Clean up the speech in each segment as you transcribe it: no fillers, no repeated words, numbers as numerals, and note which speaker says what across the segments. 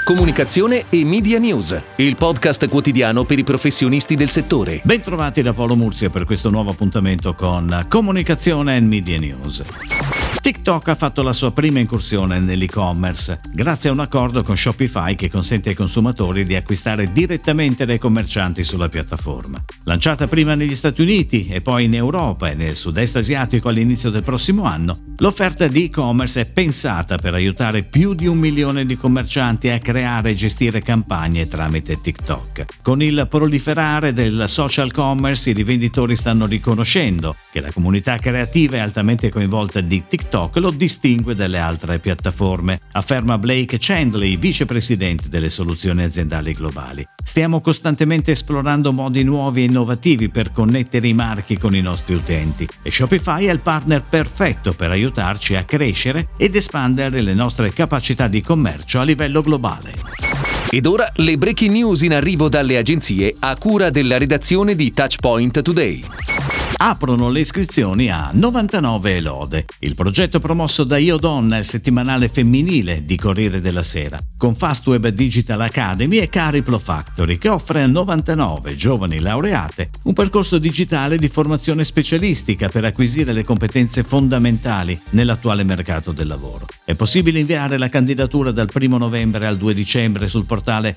Speaker 1: comunicazione e media news, il podcast quotidiano per i professionisti del settore.
Speaker 2: Bentrovati da Paolo Murzia per questo nuovo appuntamento con Comunicazione e Media News. TikTok ha fatto la sua prima incursione nell'e-commerce grazie a un accordo con Shopify che consente ai consumatori di acquistare direttamente dai commercianti sulla piattaforma. Lanciata prima negli Stati Uniti e poi in Europa e nel sud-est asiatico all'inizio del prossimo anno, l'offerta di e-commerce è pensata per aiutare più di 1 milione di commercianti a creare e gestire campagne tramite TikTok. Con il proliferare del social commerce, i rivenditori stanno riconoscendo che la comunità creativa e altamente coinvolta di TikTok lo distingue dalle altre piattaforme, afferma Blake Chandley, vicepresidente delle soluzioni aziendali globali. Stiamo costantemente esplorando modi nuovi e innovativi per connettere i marchi con i nostri utenti e Shopify è il partner perfetto per aiutarci a crescere ed espandere le nostre capacità di commercio a livello globale.
Speaker 1: Ed ora le breaking news in arrivo dalle agenzie a cura della redazione di Touchpoint Today.
Speaker 2: Aprono le iscrizioni a 99 e lode, il progetto promosso da Io Donna, il settimanale femminile di Corriere della Sera, con Fastweb Digital Academy e Cariplo Factory, che offre a 99 giovani laureate un percorso digitale di formazione specialistica per acquisire le competenze fondamentali nell'attuale mercato del lavoro. È possibile inviare la candidatura dal 1 novembre al 2 dicembre sul portale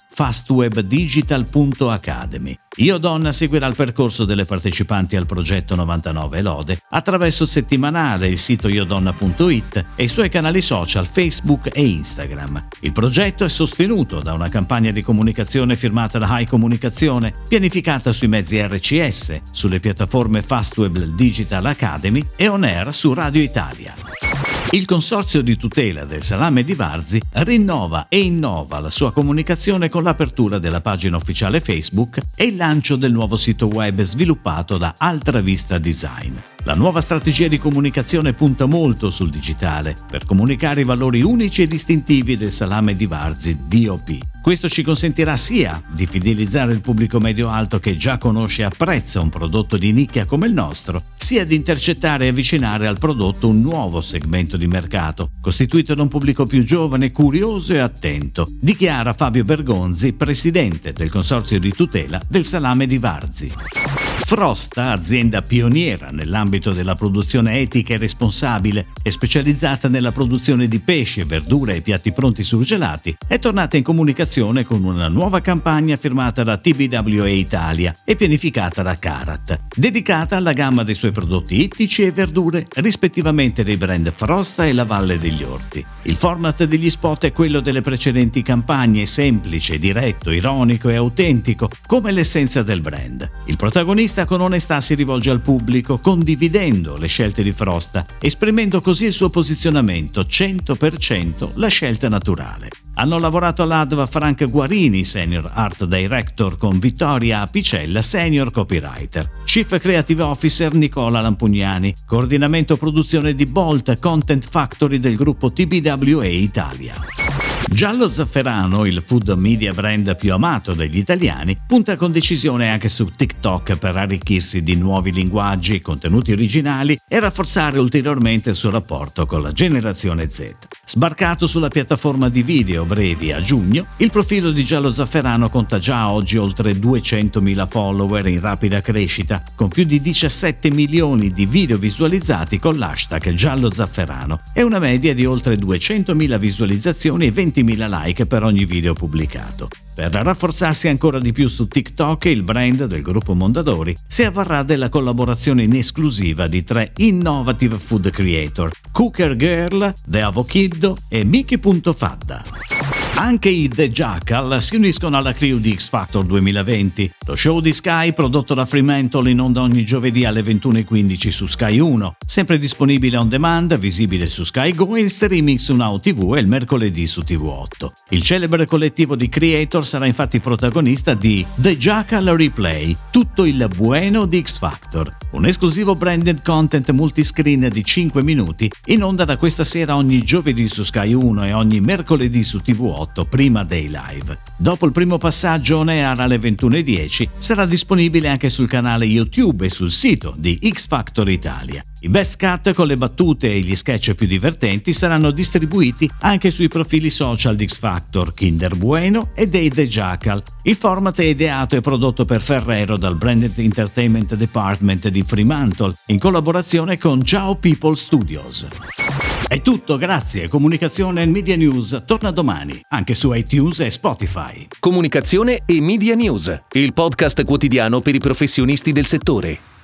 Speaker 2: fastwebdigital.academy. Io Donna seguirà il percorso delle partecipanti al progetto 99 lode attraverso il settimanale, il sito iodonna.it e i suoi canali social Facebook e Instagram. Il progetto è sostenuto da una campagna di comunicazione firmata da High Comunicazione, pianificata sui mezzi RCS, sulle piattaforme Fastweb Digital Academy e On Air su Radio Italia. Il consorzio di tutela del salame di Varzi rinnova e innova la sua comunicazione con l'apertura della pagina ufficiale Facebook e il lancio del nuovo sito web sviluppato da Altra Vista Design. La nuova strategia di comunicazione punta molto sul digitale per comunicare i valori unici e distintivi del salame di Varzi DOP. Questo ci consentirà sia di fidelizzare il pubblico medio-alto che già conosce e apprezza un prodotto di nicchia come il nostro, sia di intercettare e avvicinare al prodotto un nuovo segmento di mercato, costituito da un pubblico più giovane, curioso e attento, dichiara Fabio Bergonzi, presidente del consorzio di tutela del salame di Varzi. Frosta, azienda pioniera nell'ambito della produzione etica e responsabile e specializzata nella produzione di pesce, verdura e piatti pronti surgelati, è tornata in comunicazione con una nuova campagna firmata da TBWA Italia e pianificata da Carat, dedicata alla gamma dei suoi prodotti ittici e verdure, rispettivamente dei brand Frosta e La Valle degli Orti. Il format degli spot è quello delle precedenti campagne, semplice, diretto, ironico e autentico, come l'essenza del brand. Il protagonista con onestà si rivolge al pubblico, condividendo le scelte di Frosta, esprimendo così il suo posizionamento 100% la scelta naturale. Hanno lavorato all'ADVA Frank Guarini, Senior Art Director, con Vittoria Apicella, Senior Copywriter, Chief Creative Officer Nicola Lampugnani, coordinamento produzione di Bolt Content Factory del gruppo TBWA Italia. Giallo Zafferano, il food media brand più amato dagli italiani, punta con decisione anche su TikTok per arricchirsi di nuovi linguaggi, contenuti originali e rafforzare ulteriormente il suo rapporto con la generazione Z. Sbarcato sulla piattaforma di video brevi a giugno, il profilo di Giallo Zafferano conta già oggi oltre 200.000 follower in rapida crescita, con più di 17 milioni di video visualizzati con l'hashtag Giallo Zafferano e una media di oltre 200.000 visualizzazioni e 20.000 like per ogni video pubblicato. Per rafforzarsi ancora di più su TikTok, il brand del gruppo Mondadori si avvarrà della collaborazione in esclusiva di 3 innovative food creator, Cooker Girl, The Avokiddo e Miki.Fadda. Anche i The Jackal si uniscono alla crew di X Factor 2020, lo show di Sky prodotto da Fremantle in onda ogni giovedì alle 21:15 su Sky 1, sempre disponibile on demand, visibile su Sky Go e in streaming su Now TV e il mercoledì su TV8. Il celebre collettivo di creator sarà infatti protagonista di The Jackal Replay, tutto il bueno di X Factor, un esclusivo branded content multiscreen di 5 minuti in onda da questa sera ogni giovedì su Sky 1 e ogni mercoledì su TV8 18, prima dei live. Dopo il primo passaggio on air alle 21:10 sarà disponibile anche sul canale YouTube e sul sito di X Factor Italia. I best cut con le battute e gli sketch più divertenti saranno distribuiti anche sui profili social di X Factor, Kinder Bueno e Dave the Jackal. Il format è ideato e prodotto per Ferrero dal Branded Entertainment Department di Fremantle in collaborazione con Ciao People Studios. È tutto, grazie. Comunicazione e Media News torna domani, anche su iTunes e Spotify.
Speaker 1: Comunicazione e Media News, il podcast quotidiano per i professionisti del settore.